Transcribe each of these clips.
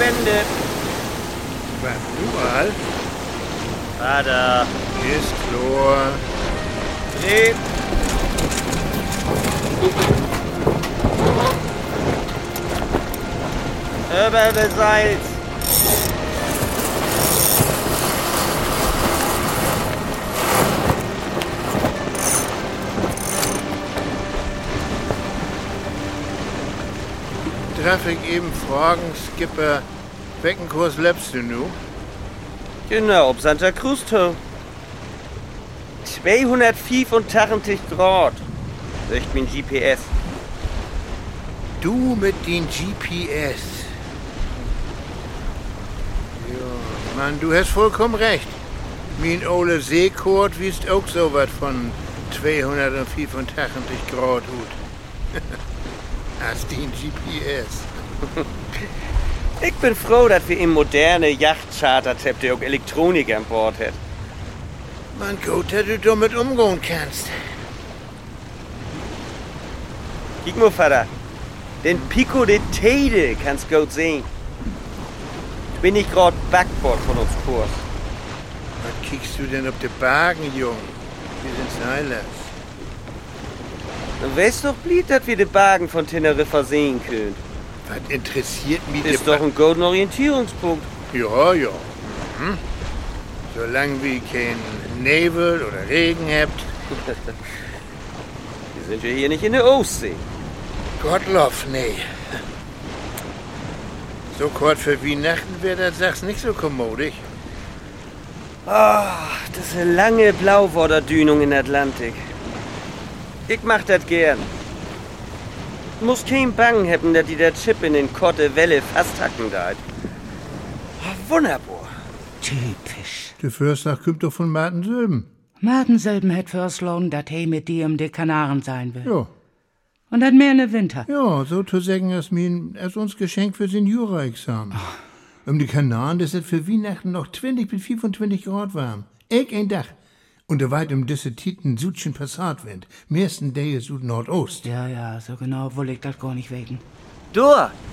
wendet. Was, überall? Vater. Ist klar. Dreh. Über das Salz. Darf ich eben fragen, Skipper, welchen Kurs lebst du nu? Genau, ob Santa Cruz to. 285 Grad, sagt mein GPS. Du mit den GPS. Ja, Mann, du hast vollkommen recht. Mein Ole Seekort wiest auch so was von 285 Grad gut. Hast den GPS. Ich bin froh, dass wir im moderne Yachtcharter-Tab auch Elektronik an Bord hat. Man, gut, dass du damit umgehen kannst. Guck mal, Vater. Den Pico de Teide kannst gut sehen. Ich bin nicht gerade Backbord von uns Kurs. Was kickst du denn auf die Bagen, Jung? Wir sind Seilers. Du weißt doch blieb, dass wir die Bagen von Teneriffa sehen können. Was interessiert mich Ist doch ein guten Orientierungspunkt. Ja, ja. Mhm. Solange wir keinen Nebel oder Regen habt. Wir sind ja hier nicht in der Ostsee. Gottlob, nee. So kurz für Weihnachten wäre das Sachs nicht so kommodig. Ah, das ist eine lange Blauwatterdünung in Atlantik. Ich mach das gern. Muss kein Bangen haben, dass die der Chip in den Kotte Welle fast hacken da. Wunderbar. Typisch. Der Förster kommt doch von Martin Sülben. Martin Sülben hat vorschlagen, dass er mit dir um die Kanaren sein will. Ja. Und dann mehr in den Winter. Ja, so zu sagen, als uns Geschenk für sein Jura-Examen. Um die Kanaren, das ist für Weihnachten noch 20 bis 25 Grad warm. Ein Dach. Und der weit um diese Titen Südchen Passatwind. Meisten Day ist Nordost. Ja, so genau will ich das gar nicht wegen. Du!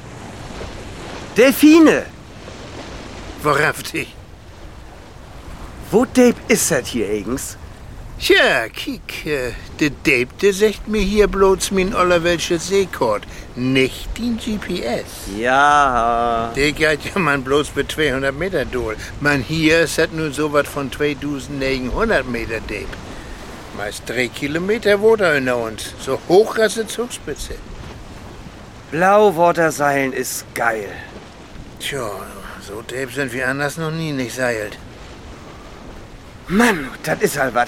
Delfine! Wahrhaftig. Wo Deep ist das hier eigens? Tja, kiek, der Deep, der sagt mir hier bloß min allerwelche Seekort, nicht den GPS. Ja. Der geht ja man bloß mit 200 Meter durch. Man hier ist das nur so was von 2900 Meter Deep. Meist 3 Kilometer Wasser unter uns, so hoch als die Zugspitze. Blauwasserseilen ist geil. Tja, so Deep sind wir anders noch nie nicht seilt. Mann, das ist halt was.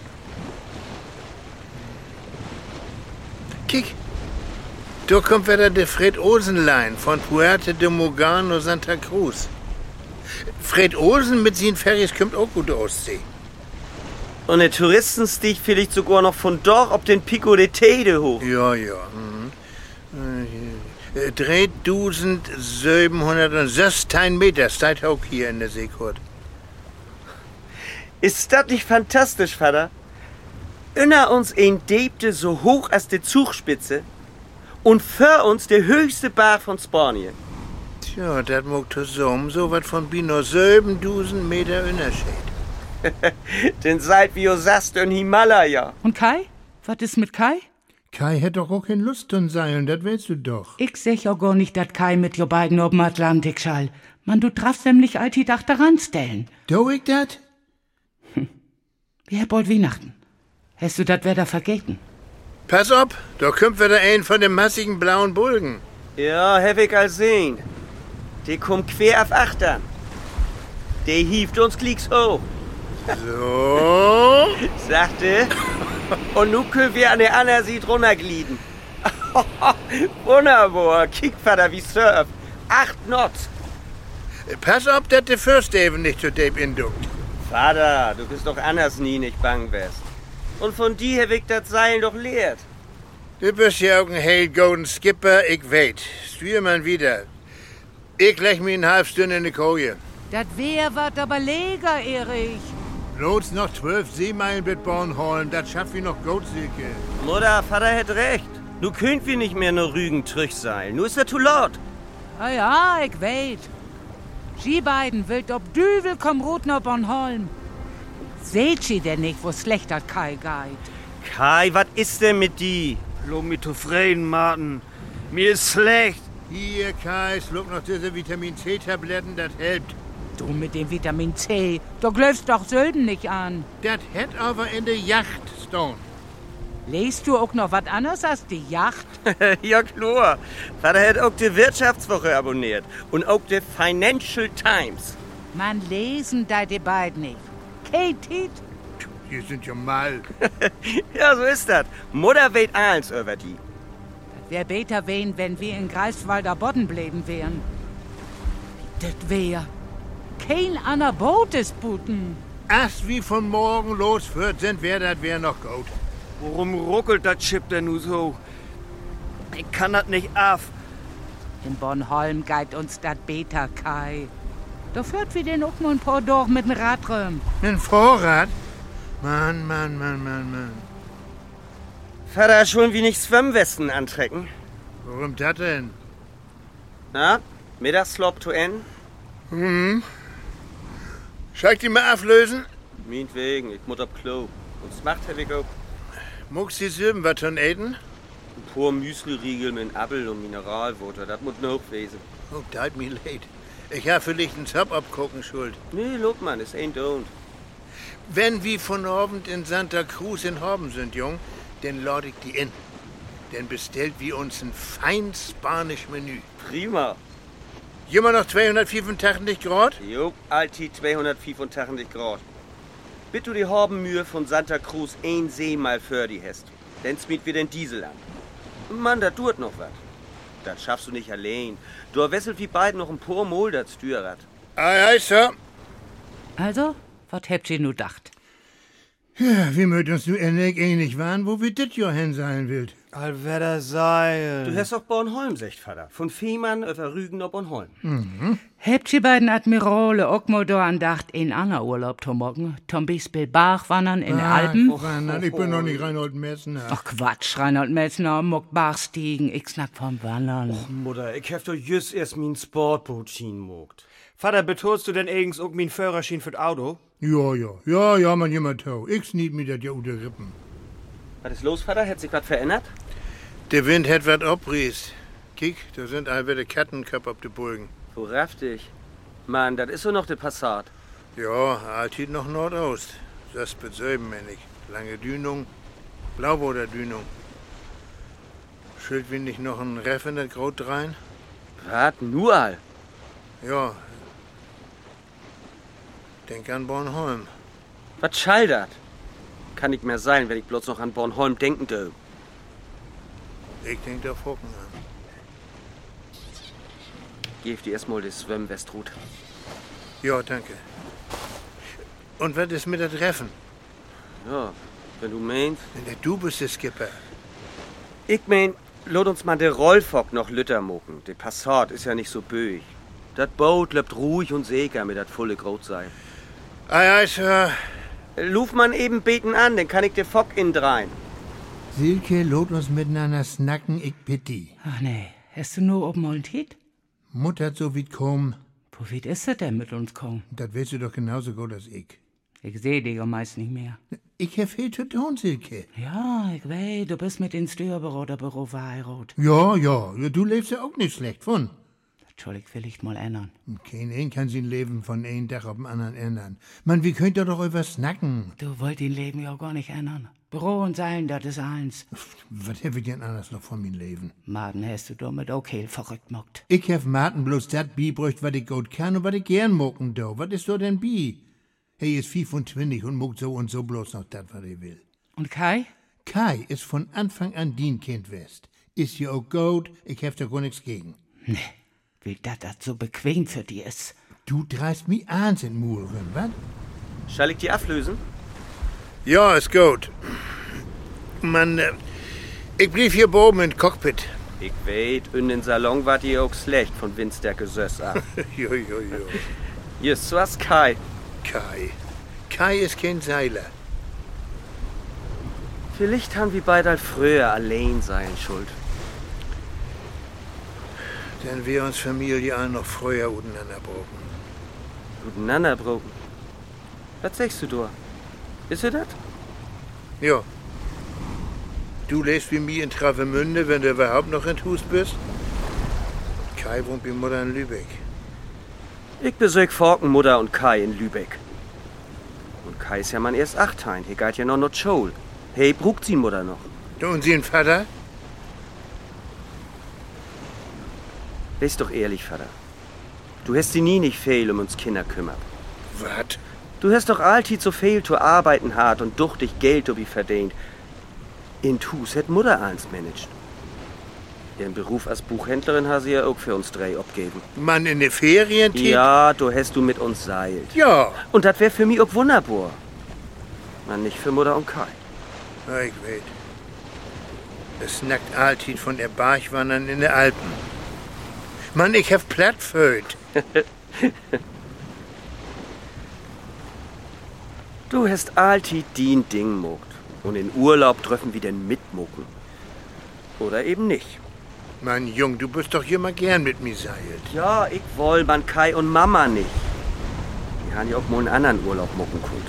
Kick, da kommt wieder der Fred Olsen-Line von Puerto de Mogano, Santa Cruz. Fred Olsen mit seinen Ferries kommt auch gut Ostsee. Und der Touristenstieg vielleicht sogar noch von dort auf den Pico de Teide hoch. Ja. Mhm. 3716 Meter steht auch hier in der Seekurt. Ist das nicht fantastisch, Vater? Inner uns ein Deepte so hoch als die Zugspitze und für uns der höchste Berg von Spanien. Tja, das mag zusammen so was von Bino 7000 Meter Unterschied. Denn seid wie du sagst in Himalaya. Und Kai? Was ist mit Kai? Kai hätt doch auch keine Lust zu seilen, das weißt du doch. Ich sech auch gar nicht, dass Kai mit jo beiden ob'm Atlantik schall. Man, du treffst nämlich all die Dach daran stellen. Do ich dat? Wir haben bald Weihnachten. Hast du das Wetter vergessen? Pass auf, da kommt wieder ein von den massigen blauen Bulgen. Ja, hab ich all sehen. Der kommt quer auf Achtern. Der hieft uns Klicks hoch. So. Sagte. Und nun können wir an der anderen Seite runterglieden. Wunderbar. Kick, Vater, wie surft. 8 Knots. Pass auf, dass der Fürst eben nicht zu Deep induckt. Vater, du bist doch anders nie nicht bang wärst. Und von dir hab ich das Seilen doch lehrt. Du bist ja auch ein hell golden Skipper, ich weet. Steuer man wieder. Ich leg mich eine halbe Stunde in die Koje. Das wär wat aber leger, Erich. Bloß noch 12 Seemeilen mit Bornholm, das schafft wir noch Goatsilke. Mutter, Vater hätt recht. Nu könnt wir nicht mehr nur Rügen seilen. Nu ist er zu laut. Ah ja, ich weet. Sie beiden wild ob Düvel komm rot nach Bornholm. Seht sie denn nicht, wo schlechter Kai geht? Kai, was ist denn mit die? Lass mich zufrieden, Martin. Mir ist schlecht. Hier, Kai, schluck noch diese Vitamin-C-Tabletten, das hilft. Du mit dem Vitamin C, du glöfst doch Sölden nicht an. Das hätt aber in der Yacht, Stone. Lest du auch noch was anderes als die Yacht? Ja, klar. Vater hat auch die Wirtschaftswoche abonniert und auch die Financial Times. Man lesen da die beiden nicht. Katie? Die sind ja mal. Ja, so ist das. Mutter weht eins über die. Wär beter wehen, wenn wir in Greifswalder Bodden bleiben wären. Das wär. Kein aner Boot ist buten. Erst wie von morgen losführt sind, das wär noch gut. Warum ruckelt das Chip denn nu so? Ich kann das nicht ab. In Bornholm geht uns das beter, Kai. Da führt wir den auch mal ein paar durch mit dem Radröm. Ein Vorrat? Mann. Vater, schon wie nicht Schwimmwesten antrecken? Warum das denn? Na, Mittagsslop to end? Soll ich die mal auflösen? Meinetwegen, ich muss ab Klo. Und macht hab ich auch. Muckst die Silben was von Eden? Ein paar Müsli-Riegel mit Apfel und Mineralwasser, das muss noch gewesen. Oh, dat mir leid. Ich hab vielleicht einen Job abgucken schuld. Nee, look man, es ain't don't. Wenn wir von Abend in Santa Cruz in Horben sind, Jung, dann lade ich die in. Dann bestellt wir uns ein feins spanisch Menü. Prima. Immer noch 285 Grad? Jo, alti 285 Grad. Bitte du die Horbenmühe von Santa Cruz ein See mal für die hast. Dann smiet wir den Diesel an. Mann, da tut noch was. Das schaffst du nicht allein. Du wesselt wie beiden noch ein paar Mol das Steuerrad. Ei, Sir. Also, was habt ihr nu dacht? Ja, wir möchten uns nur ähnlich waren, wo wir dit Jahr hin sein willt. Allwetter Seil. Du hast doch Bornholm, sagt Vater. Von Fehmarn über Rügen nach Bornholm. Habt ihr beiden Admirale auch mal da andacht, in Anna Urlaub zu machen? Zum Beispiel Bach wandern in den Alpen? Reinhard, ich bin noch nicht Reinhold Messner. Ach Quatsch, Reinhold Messner, muckt Bach stiegen, ich snack vom Wandern. Mutter, ich hab doch just erst min Sportboot schien mogt. Vater, betonst du denn eigens auch min Führerschein für das Auto? Ja, man jemand tau. Ich snieb mir das ja unter Rippen. Was ist los, Vater? Hat sich was verändert? Der Wind hat wat abriest. Kiek, da sind all wieder Kattenköpfe auf de Burgen. Wo raff dich? Mann, das ist so noch der Passat. Ja, alt noch Nordost. Das bezeugen wir nicht. Lange Dünung, Blauboder Dünung. Schild wie nicht noch ein Reff in das Grot rein? Wart, nur all. Ja. Denk an Bornholm. Was schaldert? Kann nicht mehr sein, wenn ich bloß noch an Bornholm denken darf. Ich denk da Focken an. Gib dir erstmal das Schwimmwestrut. Ja, danke. Und was ist mit der Treffen? Ja, wenn du meinst. Du bist der Skipper. Ich mein, lot uns mal der Rollfock noch Lütter mucken. Der Passat ist ja nicht so böig. Das Boot lebt ruhig und sicher mit dat volle Grotseil. Ei, Sir. Luf man eben beten an, dann kann ich der Fock in drein. Silke, lot uns miteinander snacken, ich bitte. Ach nee, hast du nur oben mal Tiet? Mutter hat so weit kommen. Wo weit ist er denn mit uns kommen? Das weißt du doch genauso gut als ich. Ich seh dich ja meist nicht mehr. Ich hab viel zu tun, Silke. Ja, ich weiß, du bist mit dem Steuerberaterbüro verheiratet. Ja, du lebst ja auch nicht schlecht von. Das soll ich vielleicht mal ändern. Kein kann sein Leben von einem Tag auf den anderen ändern. Man, wie könnt ihr doch über snacken? Du wollt dein Leben ja gar nicht ändern. Büro und Seilen, das ist eins. Was hab ich denn anders noch von meinem Leben? Martin hast du damit auch heel verrückt mockt. Ich hab Martin bloß dat biebrücht, was ich gut kann und was ich gern mocken do. Was ist so denn bi? Hey, ist 25 und muckt so und so bloß noch dat, was ich will. Und Kai? Kai ist von Anfang an dien Kind west. Ist ja auch gut, ich hab da gar nichts gegen. Nee, wie dat so bequem für die ist. Du dreist mi ans in Muren, wat? Soll ich die ablösen? Ja, ist gut. Man, ich blieb hier oben im Cockpit. Ich weet, in den Salon war die auch schlecht von Windstärke Söss ab. Jo. Hier ist was Kai. Kai ist kein Seiler. Vielleicht haben wir beide früher allein sein schuld. Denn wir uns Familie all noch früher untereinander brauchen. Guteinanderbroken. Was sagst du da? Ist er das? Ja. Du lebst wie mir in Travemünde, wenn du überhaupt noch in Hus bist? Kai wohnt bei Mutter in Lübeck. Ich besög Forken, Mutter und Kai in Lübeck. Und Kai ist ja man erst 8 Hein. Hier geht ja noch not Schule. Hey, brugt sie Mutter noch? Und sie ein Vater? Weißt doch ehrlich, Vater. Du hast sie nie nicht viel um uns Kinder kümmert. Was? Du hast doch alltid so viel zu arbeiten hart und duchtig Geld wie verdient. In Hus hätt Mutter eins managt. Ihren Beruf als Buchhändlerin hat sie ja auch für uns 3 abgeben. Mann, in den Ferien? Ja, du hast du mit uns seilt. Ja. Und das wär für mich auch wunderbar. Man nicht für Mutter und Kai. Ja, ich weiß. Es snackt alltid von der Barchwandern in den Alpen. Mann, ich hab plattföht. Du hast alltid din Ding mogt. Und in Urlaub treffen wir denn mitmucken. Oder eben nicht. Mein Jung, du bist doch immer gern mit mir seilt. Ja, ich woll, man Kai und Mama nicht. Die haben ja auch mal einen anderen Urlaub mucken konnt.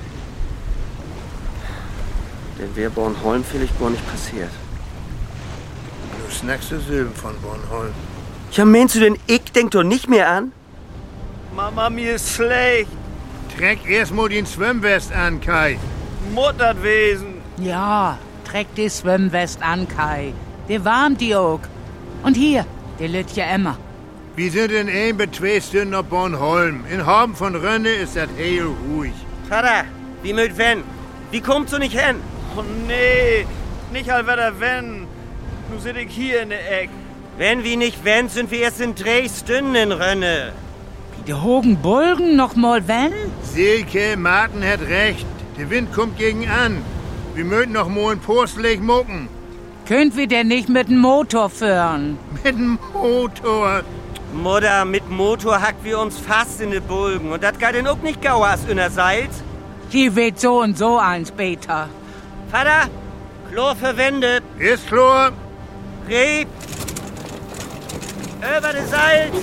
Der wär Bornholm vielleicht gar nicht passiert. Du snackst du Silben von Bornholm. Ja, meinst du denn, ich denk doch nicht mehr an? Mama, mir ist schlecht. Treck erst mal den Schwimmwest an, Kai. Mutterwesen. Ja, träg die Schwimmwest an, Kai. Die warmt die auch. Und hier, die Lütje Emma. Wir sind in ein bis 2 Stunden auf Bornholm. In Haben von Rönne ist das heel ruhig. Vater, wie mögt wenn? Wie kommst du nicht hin? Oh nee, nicht allwetter wenn. Nu sit ich hier in der Eck. Wenn wir nicht wenn, sind wir erst in 3 Stunden in Rönne. Wie die Hogen Bulgen noch mal wenn? Silke, Martin hat recht. Der Wind kommt gegen an. Wir möchten noch mal ein Postleg mucken. Könnt wir denn nicht mit dem Motor fahren? Mit dem Motor. Mutter, mit Motor hackt wir uns fast in de Bulgen. Und das geht denn auch nicht gauer als in der Salz. Die weht so und so eins, Peter. Vater, Chlor verwendet. Ist klar. Reb. Über de Salz.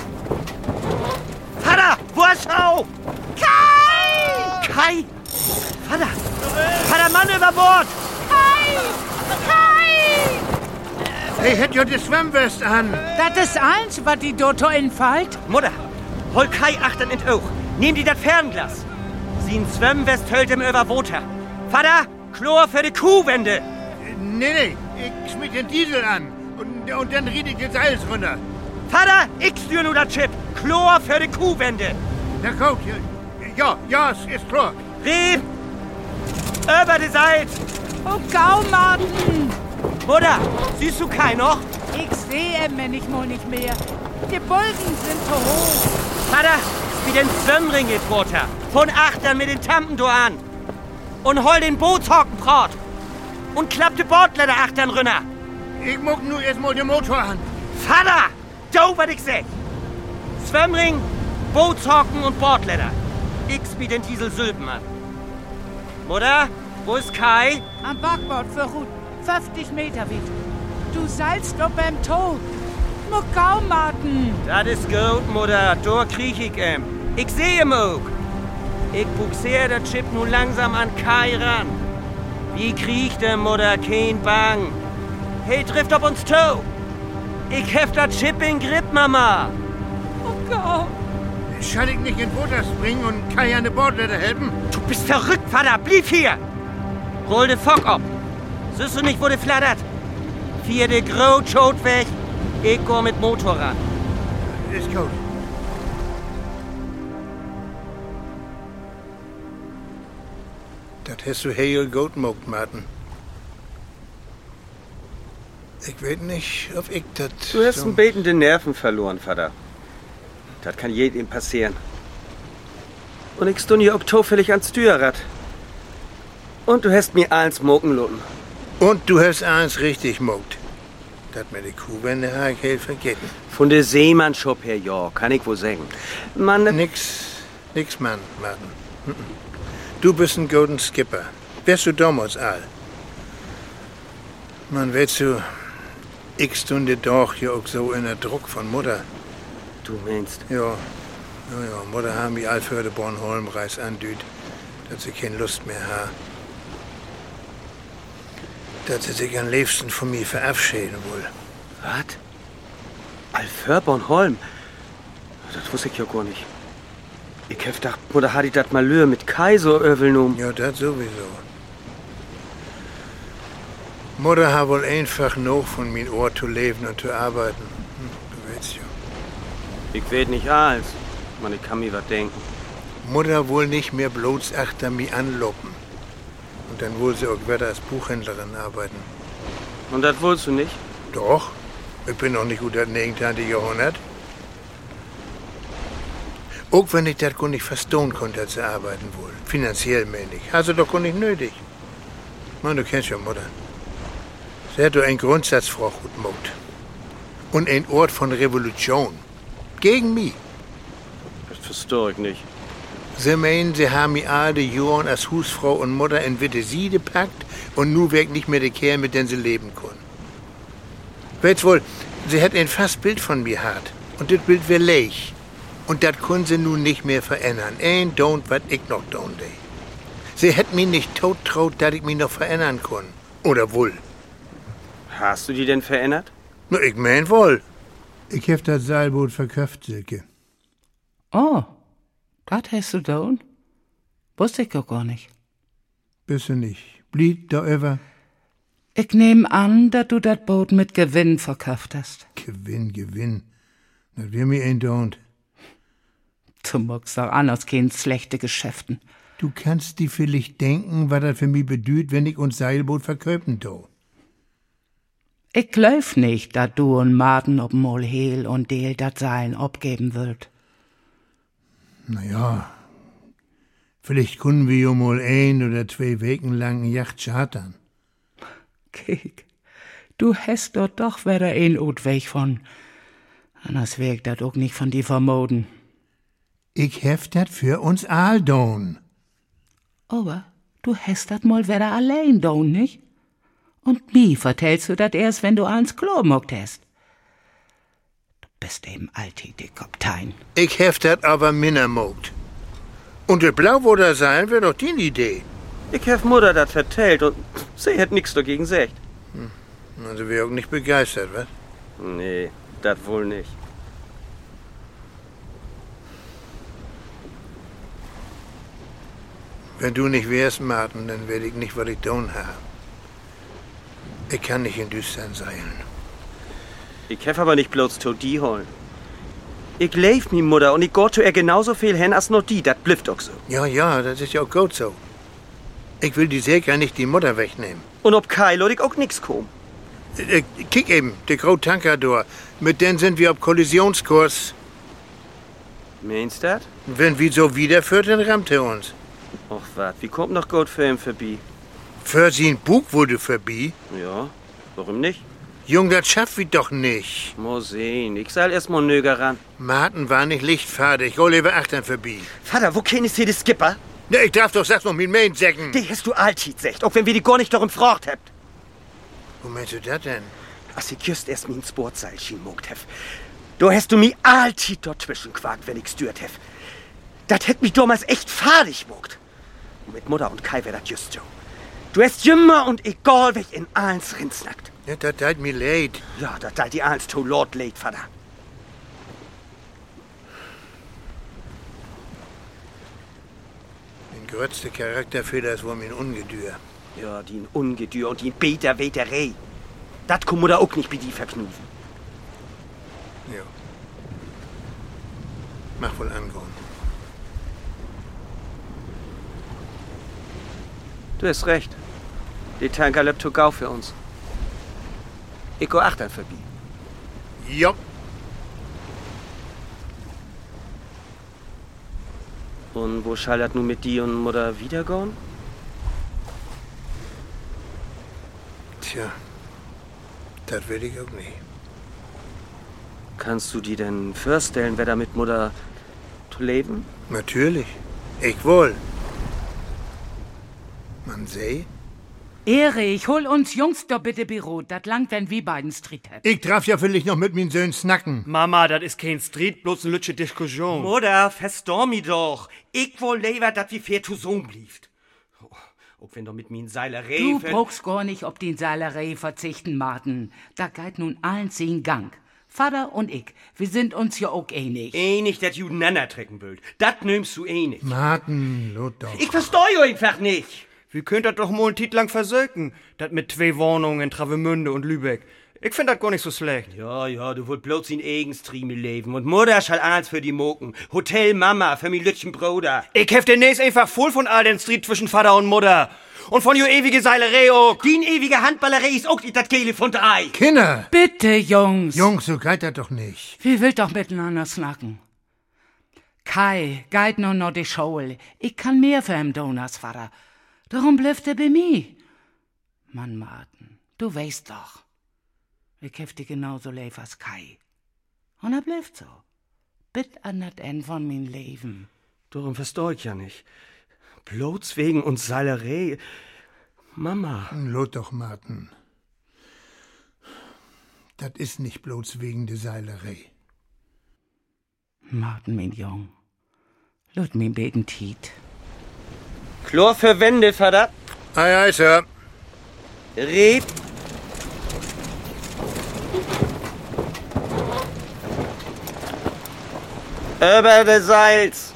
Vater, wo ist Schau? Kai! Kai! Vater! Vater, Mann über Bord! Kai! Kai! Hey, hätt ja die Schwimmwest an. Das ist eins, was die Dotto infällt. Mutter, hol Kai achtern in Auch. Nehm die das Fernglas. Sie in Schwimmwest hölt im über Water. Vater, Chlor für die Kuhwände. Nee, ich schmieg den Diesel an. Und dann ried ich das Salz runter. Vater, ich stür nur das Chip. Chlor für die Kuhwände. Na gut, ja, ist klar. Rieb! Über die Salz. Oh, Gaumarten! Mutter, siehst du Kai noch? Ich sehe ihn manchmal nicht mehr. Die Bulgen sind zu hoch. Vater, wie den Schwimmring geht runter. Von achtern mit den Tampen do an. Und hol den Bootshocken prot. Und klapp die Bordleiter achtern rünner. Ich muck nur erst mal den Motor an. Vater, do wat ich sag. Schwimmring, Bootshocken und Bordleiter. Ich spiel den Diesel Sülpen an. Mutter, wo ist Kai? Am Backbord für gut 50 Meter weit. Du seilst doch beim Tod. Nur Gaumarten. Das ist gut, Mutter. Da krieg ich ihn. Ich seh ihn auch. Ich buxier der Chip nun langsam an Kai ran. Wie kriegt der Mutter kein Bang? Hey, trifft auf uns to. Ich heft das Chip in Grip, Mama. Oh Gott. Schall ich nicht in Butter springen und Kai an der Bordleiter helfen? Du bist verrückt, Vater. Blieb hier. Roll de Fock ab. Siehst du nicht, wo de flattert? 4. Grau-Schot weg. Ich go mit Motor ran. Ist gut. Das hast du heel gut gemacht, Martin. Ich weiß nicht, ob ich das... Du hast einen betende Nerven verloren, Vater. Das kann jedem passieren. Und ich stund hier auch zufällig ans Steuerrad. Und du hast mir eins moken loten. Und du hast eins richtig gemacht. Das mit der Kuhwände habe ich heel vergessen. Von der Seemannschopp her, ja, kann ich wohl sagen. Mann, Nix, Mann, Martin. Du bist ein golden Skipper. Wärst du damals all. Man, weißt du, ich stunde doch ja auch so in der Druck von Mutter. du meinst, Ja, Ja, Mutter haben mich all für de Bornholm-Reis andüht, dass sie keine Lust mehr ha. Dass sie sich am liebsten von mir verabschieden will. Was? Alför Bornholm? Das wusste ich ja gar nicht. Ich hab gedacht, Mutter hat die dat mal lür mit Kaiser övelnum. Ja, das sowieso. Mutter hat wohl einfach noch von min Ort zu leben und zu arbeiten. Du weißt ja. Ich weet nicht alles. Man, ich kann mir was denken. Mutter wohl nicht mehr bloß achter mi anloppen. Und dann wohl sie auch wieder als Buchhändlerin arbeiten. Und das wolltest du nicht? Doch. Ich bin noch nicht gut das 19. Jahrhundert. Auch wenn ich das gar nicht verstehen konnte, dass sie arbeiten wohl. Finanziell meine ich. Hast du doch gar nicht nötig. Mann, du kennst ja Mutter. Sie hat doch einen Grundsatzfrau gut gemacht. Und ein Ort von Revolution. Gegen mich. Das verstehe ich nicht. Sie meinen, sie haben mich alle Jahren als Husfrau und Mutter in Witte Siede packt und nu weg nicht mehr der Kerl, mit dem sie leben können. Weißt wohl, sie hat ein fast Bild von mir hat. Und das Bild wär leich. Und das können sie nun nicht mehr verändern. Ein don't, was ich noch don't, ey. Sie hätt mich nicht tot traut, dass ich mich noch verändern kann. Oder wohl. Hast du die denn verändert? Na, ich mein wohl. Ich hab das Seilboot verkauft, Silke. Oh, das hast du da? Wusste ich auch gar nicht. Bist du nicht. Blieb da über. Ich nehm an, dass du das Boot mit Gewinn verkauft hast. Gewinn. Das wär mir ein don't. Du magst doch an aus keinen schlechte Geschäften. Du kannst dir vielleicht denken, was das für mich bedeutet, wenn ich uns Seilboot verköpen do. Ich glaub nicht, dass du und Martin ob mal Hehl und Deel dat Seilen abgeben würd. Naja, vielleicht können wir ja mal 1 oder 2 Wochen lang eine Yacht chartern. Kijk, du hast dort doch wieder ein Utweg von. Anders wär ich dat auch nicht von dir vermoden. Ich hef dat für uns all don. Aber du hast dat mal wieder allein don, nicht? Und mir vertellst du dat erst, wenn du ans Klo mockt hast. Du bist eben alltätig, Kaptein. Ich hef dat aber minner mogt. Und das Blauwater sein wär doch die Idee. Ich hab Mutter das vertellt und sie hätt nix dagegen gesagt. Also wär auch nicht begeistert, was? Nee, das wohl nicht. Wenn du nicht wärst, Martin, dann wär ich nicht, was ich tun habe. Ich kann nicht in Düstern seilen. Ich hef aber nicht bloß to die holen. Ich leif mi Mutter und ich geh zu ihr genauso viel hin als noch die, dat blifft auch so. Ja, das ist ja auch gut so. Ich will die Säger nicht die Mutter wegnehmen. Und ob Kai ich auch nix komm. Kick eben, der große Tanker da. Mit denen sind wir auf Kollisionskurs. Meinst dat? Wenn wir so wiederführt, dann rammt er uns. Och wat, wie kommt noch gut für ihn vorbei? Für sie ein Bug wurde vorbei. Ja, warum nicht? Jung, das schafft wir doch nicht. Muss sehen, ich soll erst mal nöger ran. Martin war nicht lichtfertig, Oliver achtern vorbei. Vater, wo kenn ist hier der Skipper? Ja, ich darf doch sag's noch mit Main säcken. Die hast du alltit secht, auch wenn wir die gar nicht darum gefragt habt. Wo meinst du das denn? Als ich just erst min Sportseilchen mogt hef. Du hast du mi alltit dort zwischenquakt, wenn ich stört hef. Das hätt mich damals echt fadig mogt. Und mit Mutter und Kai wär dat just so. Du hast immer und egal, welch in allens rinsnackt. Ja, das tut mir leid. Ja, dat tut die allens to Lord leid, Vater. Mein größter Charakterfehler ist wohl mein Ungedür. Ja, die Ungedür und die Beter-Weterei. Dat kann Mutter auch nicht bei die verknufen. Ja. Mach wohl angehen. Du hast recht. Die Tanker lebt zu gau für uns. Ich geh achtern vorbei. Ja. Und wo schall dat nun mit die und Mutter wiedergehen? Tja, das will ich auch nicht. Kannst du dir denn vorstellen, wer da mit Mutter zu leben? Natürlich. Ich wohl. Man seh, Erich, hol uns Jungs doch bitte Büro. Das langt, wenn wir beiden Street hätten. Ich traf ja vielleicht noch mit min Söhn snacken. Mama, das ist kein Street, bloß eine lütsche Diskussion. Mutter, verstorm mi doch. Ich wohl lieber, dat wie fair zusammen blieft. Auch wenn doch mit min Seilerei... Du brauchst gar nicht ob die Seilerei verzichten, Martin. Da geht nun allen in Gang. Vater und ich, wir sind uns ja auch einig. Einig, dat Juden trecken wollt. Dat nimmst du einig. Martin, lot doch. Ich versteh euch einfach nicht. Wir könnt das doch mal einen Titel lang versöken. Das mit 2 Wohnungen in Travemünde und Lübeck. Ich find das gar nicht so schlecht. Ja, du wollt bloß in eigens Trieme leben. Und Mutter schall eins für die Moken. Hotel Mama für mi lütschen Bruder. Ich hef demnächst einfach voll von all den Street zwischen Vater und Mutter. Und von jo ewige Seilerei auch. Die ewige Handballerei ist auch nicht das Kehle von der Ei. Kinder! Bitte, Jungs. Jungs, so geht das doch nicht. Wir will doch miteinander snacken. Kai, geht nur noch die Schule. Ich kann mehr für ihn tun als Vater. Darum bleibt er bei mir. Mann, Martin, du weißt doch. Ich hef dich genauso lieb als Kai. Und er bleibt so. Bis an das Ende von mein Leben. Darum versteh ich ja nicht. Bloß wegen uns Seilerei. Mama. Lot doch, Martin. Das ist nicht bloß wegen der Seilerei. Martin, mein Jung. Lot mir beten Tiet. Chlor für Wände, Vater. Ei, Sir. Reb. Über de Seils.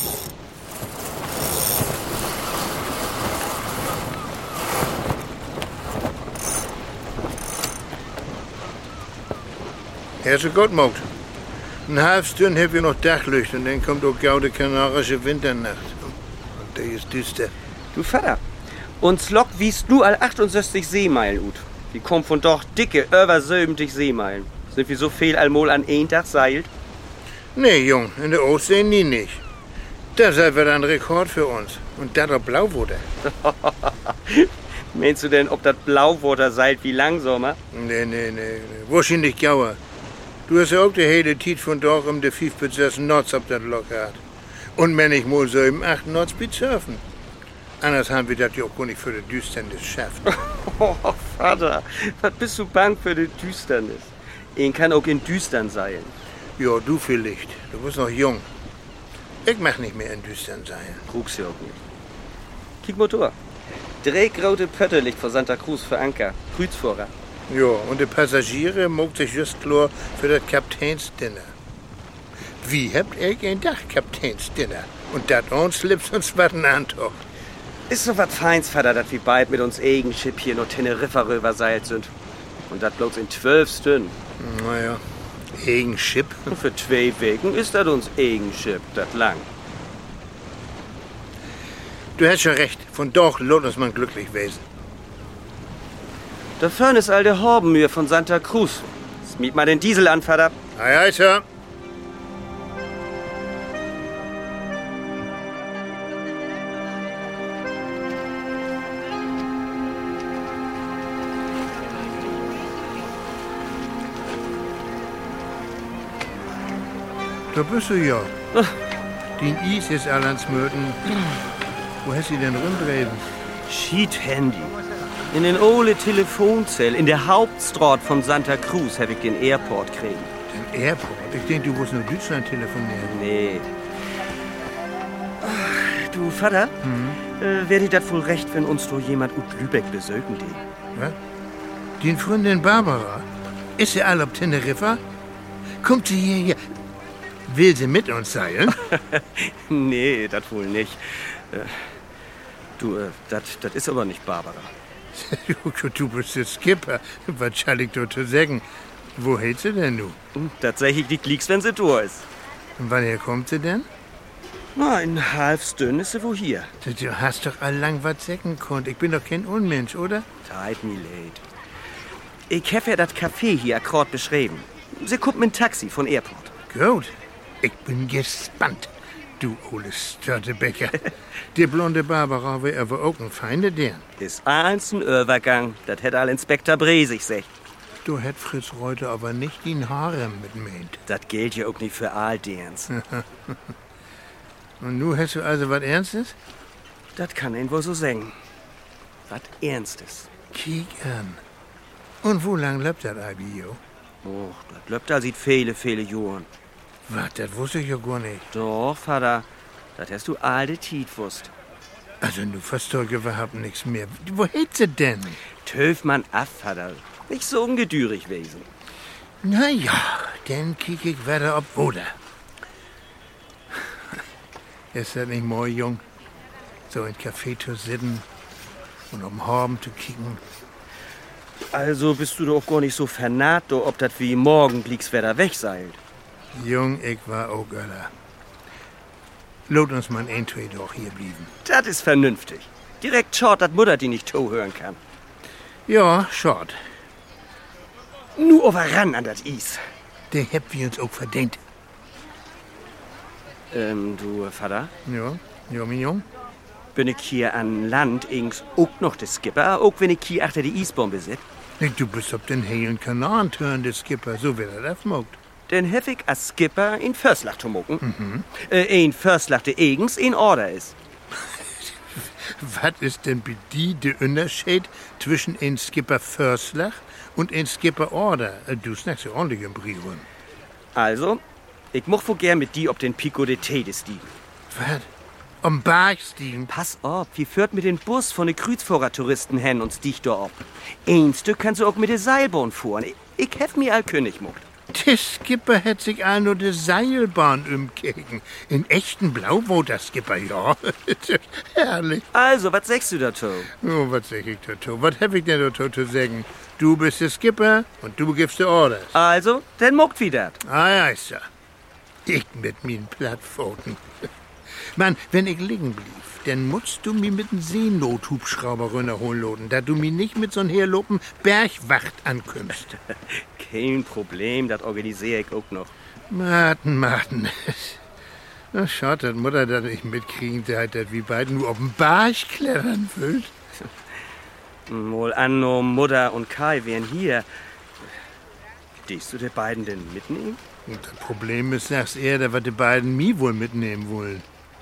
Er so gut mogt. Eine halbe Stunde hab ich noch Dachlicht und dann kommt auch gaude kanarische Winternacht. Und der ist düster. Du Vater, uns Lok wiest nu all 68 Seemeilen ut. Die kommt von doch dicke, über 70 Seemeilen. Sind wir so viel allmol an ein Tag seilt? Nee, Jung, in der Ostsee nie nicht. Das ist wieder ein Rekord für uns. Und das auf Blauwasser. Meinst du denn, ob das Blauwasser seilt wie langsamer? Nee. Wahrscheinlich gauer. Du hast ja auch die hele Zeit von doch um die 5 bis 6 Knots auf das Lok gehabt. Und wenn ich mal so im 8 Knots bin surfen. Anders haben wir das ja auch gar nicht für die Düsternis geschafft. Oh, Vater, was bist du bang für die Düsternis? Ihn kann auch in Düstern seilen. Ja, du vielleicht. Du bist noch jung. Ich mach nicht mehr in Düstern seilen. Krug's ja auch nicht. Kick mal durch. 3 graute Pötte liegt vor Santa Cruz für Anker. Kreuzfahrer. Ja, und die Passagiere mogt sich just klar für das Kapitänsdinner. Wie habt ihr ein Dach Kapitänsdinner? Und dat uns lips uns wat Antog. Ist so was Feins, Vater, dass wir beid mit uns eigen Schiff hier nur Teneriffa rüberseilt sind. Und das bloß in 12 Stunden. Naja, eigen Schiff. Und für 2 Wochen ist das uns eigen Schiff, das lang. Du hast schon recht, von doch lohnt uns man glücklich wesen. Da vorne ist all der Horbenmühe von Santa Cruz. Smiet mal den Diesel an, Vater. Ei, Sir. Da bist du ja. Den Is ist allans Möten. Wo hast du denn rumdrehen? Sheet-Handy. In den ole Telefonzell in der Hauptstraat von Santa Cruz habe ich den Airport kriegen. Den Airport? Ich denke, du musst nur Deutschland telefonieren. Nee. Ach, du, Vater, wäre das wohl recht, wenn uns doch jemand ut Lübeck besöken die? Was? Die Freundin Barbara? Ist sie all auf Teneriffa? Kommt sie hierher? Will sie mit uns seilen? Nee, das wohl nicht. Das ist aber nicht Barbara. Du bist der Skipper. Was soll ich dort zu sagen? Wo hält sie denn nu? Tatsächlich die Klicks, wenn sie durch ist. Und wann kommt sie denn? Na, in halb Stunde ist sie wohl hier. Du hast doch allang was sagen konnt. Ich bin doch kein Unmensch, oder? Teit mir leid. Ich habe ja das Café hier akkord beschrieben. Sie kommt mit dem Taxi von Airport. Gut. Ich bin gespannt, du ole Störtebecker. Die blonde Barbara wäre aber auch ein Feinde deren. Ist eins ein Übergang. Das hätte all Inspektor Bresig gesagt. Du hätt Fritz Reuter aber nicht den Harem mit meint. Das gilt ja auch nicht für all derens. Und nu hast du also was Ernstes? Das kann ihn wohl so sagen. Was Ernstes. Kiek an. Und wo lang lebt das Ibio? Och, das löbt da sieht viele Jahren. Was, das wusste ich ja gar nicht. Doch, Vater, das hast du alte Tiet wusst. Also, du verstehst überhaupt nichts mehr. Wo hätt sie denn? Töf man ab, Vater. Nicht so ungedürig wesen. Na ja, dann kiek ich weiter ob oder. Ist das nicht mal, Jung? So in Café zu sitzen und um Horben zu kicken. Also bist du doch gar nicht so vernarrt, ob das wie morgen Bliegswetter wegseilt. Jung, ich war auch Göller. Lot uns mal ein Zwei doch hier blieben. Das ist vernünftig. Direkt schaut, dass Mutter die nicht hören kann. Ja, schort. Nur aber ran an das Eis. Der habt wir uns auch verdient. Du, Vater, Ja, mein Jung. bin ich hier an Land ings auch noch der Skipper, auch wenn ich hier achter die Eisbombe sit. Nee, du bist auf den heilen Kanal turn, der Skipper, so wie er das mogt. Denn hef ich als Skipper in Förslach zu mucken. Ein Förslach, der eigens in Order ist. Was ist denn bei dir der Unterschied zwischen ein Skipper Förslach und ein Skipper Order? Du snackst ja ordentlich im Briefen. Also, ich moch wohl gern mit die ob den Pico de Tede stiegen. Was? Am Berg stiegen? Pass auf, wie führt mit den Bus von den Kreuzfahrertouristen hin und stieg da ab. Ein Stück kannst du auch mit der Seilbahn fahren. Ich hef mir all König muckt. Der Skipper hätt sich all nur die Seilbahn umkegen. In echten Blauboot, der Skipper, ja. Herrlich. Also, was sagst du dazu? Oh, was sag ich dazu? Was hab ich denn dazu zu sagen? Du bist der Skipper und du gibst die Orders. Also, dann muckt wieder. Ah, ja, ist er. Ich mit min Plattpfoten. Mann, wenn ich liegen blieb, dann musst du mi mit dem Seenothubschrauber runterholen, da du mi nicht mit so'n herlopen Bergwacht ankommst. Kein Problem, das organisiere ich auch noch. Martin. Na, schade, dass Mutter das nicht mitkriegen, dass wie beiden nur auf den Berg klettern will. Wohl anno, Mutter und Kai wären hier. Gehst du die beiden denn mitnehmen? Und das Problem ist, sagst er, was die beiden mi wohl mitnehmen wollen.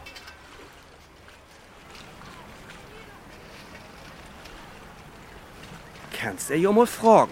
Kannst du ja mal fragen.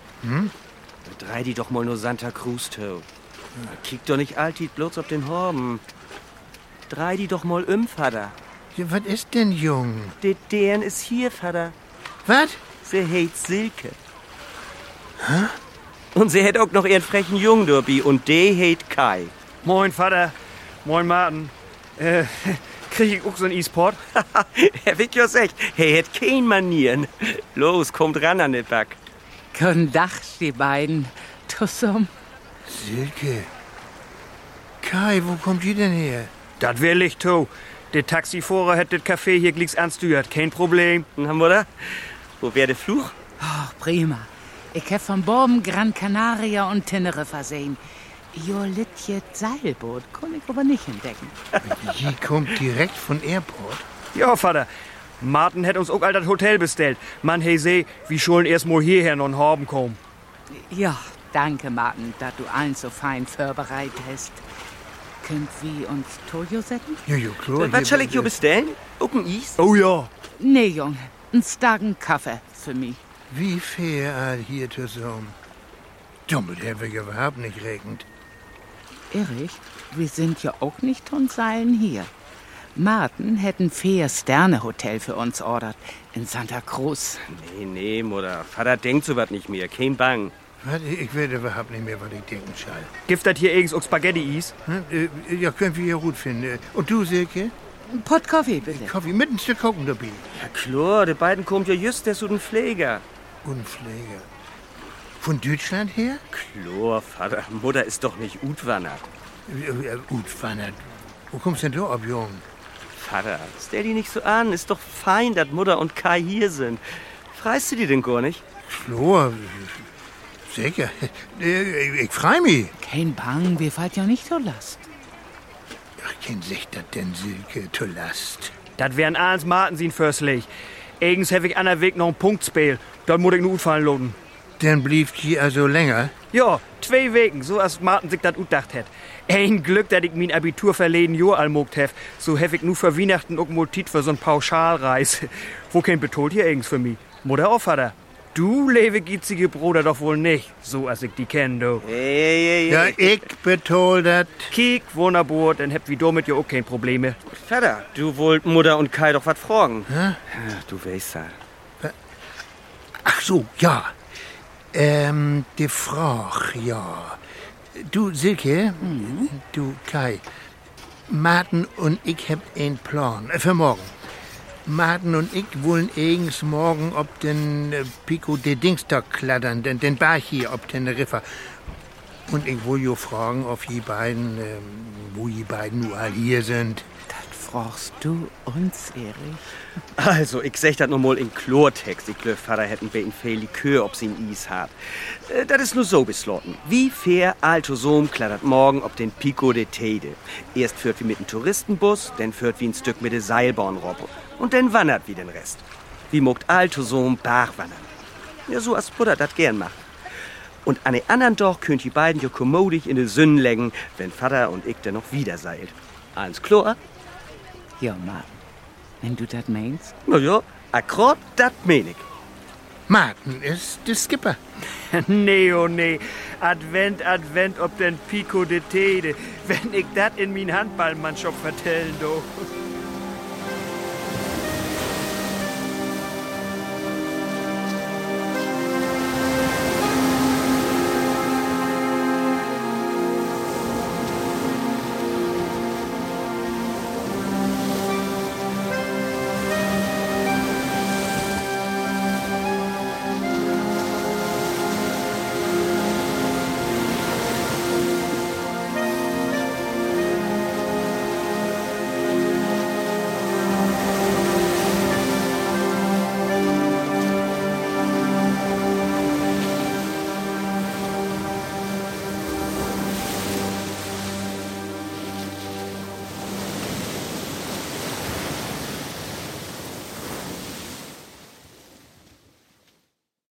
Drei die doch mal nur Santa Cruz to. Kick doch nicht alltit bloß auf den Horben. Drei die doch mal Vater. Ja, was ist denn, Jung? Deren ist hier, Vater. Was? Sie heißt Silke. Hä? Und sie hat auch noch ihren frechen Jungen dabei und der heißt Kai. Moin, Vater. Moin, Martin. Krieg ich auch so ein E-Sport? Herr Wittjos echt, er hat kein Manieren. Los, kommt ran an den Back. Guten Tag, die beiden. Zusammen. Silke. Kai, wo kommt die denn her? Das will ich, to. Der Taxifahrer hat das Café hier glicks ansteuert. Kein Problem. Na, Mutter, wo wär der Fluch? Oh, prima. Ich hab von Borben, Gran Canaria und Teneriffa sehen. Jo Littje Seilboot kann ich aber nicht entdecken. Die kommt direkt von Airport. Ja, Vater. Martin hat uns auch all das Hotel bestellt. Man, hey, seh, wie schulden erst mal hierher noch haben kommen. Ja, danke, Martin, dass du allen so fein vorbereitet hast. Könnt wir uns Tojo setzen? Ja, klar. Was soll ich hier bestellen? Auch ein Eis? Oh ja. Nee, Junge, einen starken Kaffee für mich. Wie fair all hier zusammen. Damit haben wir ja überhaupt nicht regnet. Erich, wir sind ja auch nicht von Seilen hier. Martin hätte ein 4-Sterne-Hotel für uns ordert in Santa Cruz. Nee, Mutter. Vater denkt so was nicht mehr. Kein Bang. Warte, ich weiß überhaupt nicht mehr, was ich denken soll. Gibt das hier irgends auch Spaghetti-Eis? Ja, können wir ja gut finden. Und du, Silke? Ein Pott Kaffee, bitte. Kaffee mit ein Stück Kuchen dabei. Ja klar, die beiden kommt ja just der so ein Pfleger. Und Pfleger. Von Deutschland her? Klar, Vater. Mutter ist doch nicht utwandert. Utwandert. Wo kommst denn du ab, Jung? Vater, stell die nicht so an. Ist doch fein, dass Mutter und Kai hier sind. Freust du die denn gar nicht? Klar, sicher. Ich freu mich. Kein Bang, wir fallt ja nicht zur Last. Ach, kein sich das denn, Silke, zur Last. Das wären eins Martin sin Förstlich. Eigens hab ich an der Weg noch ein Punktspiel. Dort muss ich nur fallen loten. Dann blieft je also länger? Ja, 2 Wochen, so als Martin sich das utdacht hat. Ein Glück, dass ich mein Abitur verleden Jahr almogt hef. So hef ich nur für Weihnachten auch mal Tid für so'n Pauschalreis. Wo kein betolt hier eigens für mich? Mutter auch, Vater? Du, lewegitzige Bruder, doch wohl nicht, so als ich die kenn, du. Hey. Ja, ich betol dat. Kiek, wunderbar, dann habt wie damit ja auch kein Probleme. Vater, du wollt Mutter und Kai doch was fragen. Hä? Ja, du weißt ja. Ach so, ja. Die Frage, ja. Du, Silke, du, Kai, Martin und ich hab einen Plan für morgen. Martin und ich wollen eigens morgen ob den Pico de Dingstock klattern, den Berg hier ob den Riffer. Und ich will jo fragen, ob die beiden, wo die beiden nur all hier sind. Das fragst du uns, Erich? Also, ich sag das nur mal in Chlortext. Ich glaub, Vater hätten beten viel Likör, ob sie ein Eis hat. Das ist nur so beslotten. Wie fair Alto Sohm klattert morgen ob den Pico de Teide. Erst führt wie mit dem Touristenbus, dann führt wie ein Stück mit der Seilbahnroppe. Und dann wandert wie den Rest. Wie mogt Alto Sohm Bach wandern. Ja, so als Buddha das gern macht. Und an den anderen Tag könnt die beiden ja kommodig in die Sünden legen, wenn Vater und ich dann noch wieder seilt. Alles klar? Ja, Martin, wenn du das meinst. Na ja, akkurat das mein ich. Martin ist der Skipper. Nee, oh nee. Advent, ob den Pico de Tede. Wenn ich das in min Handballmannschaft vertellen, du.